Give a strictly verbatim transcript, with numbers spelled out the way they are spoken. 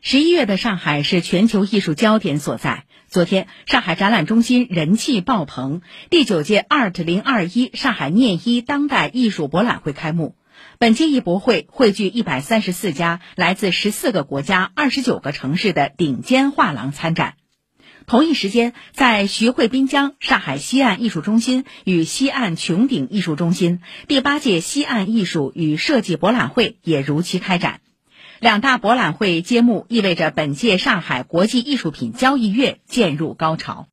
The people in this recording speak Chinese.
十一月的上海是全球艺术焦点所在。昨天，上海展览中心人气爆棚，第九届 Art 零二一上海念一当代艺术博览会开幕。本届艺博会汇聚一百三十四家来自十四个国家、二十九个城市的顶尖画廊参展。同一时间，在徐汇滨江上海西岸艺术中心与西岸穹顶艺术中心，第八届西岸艺术与设计博览会也如期开展。两大博览会揭幕，意味着本届上海国际艺术品交易月渐入高潮。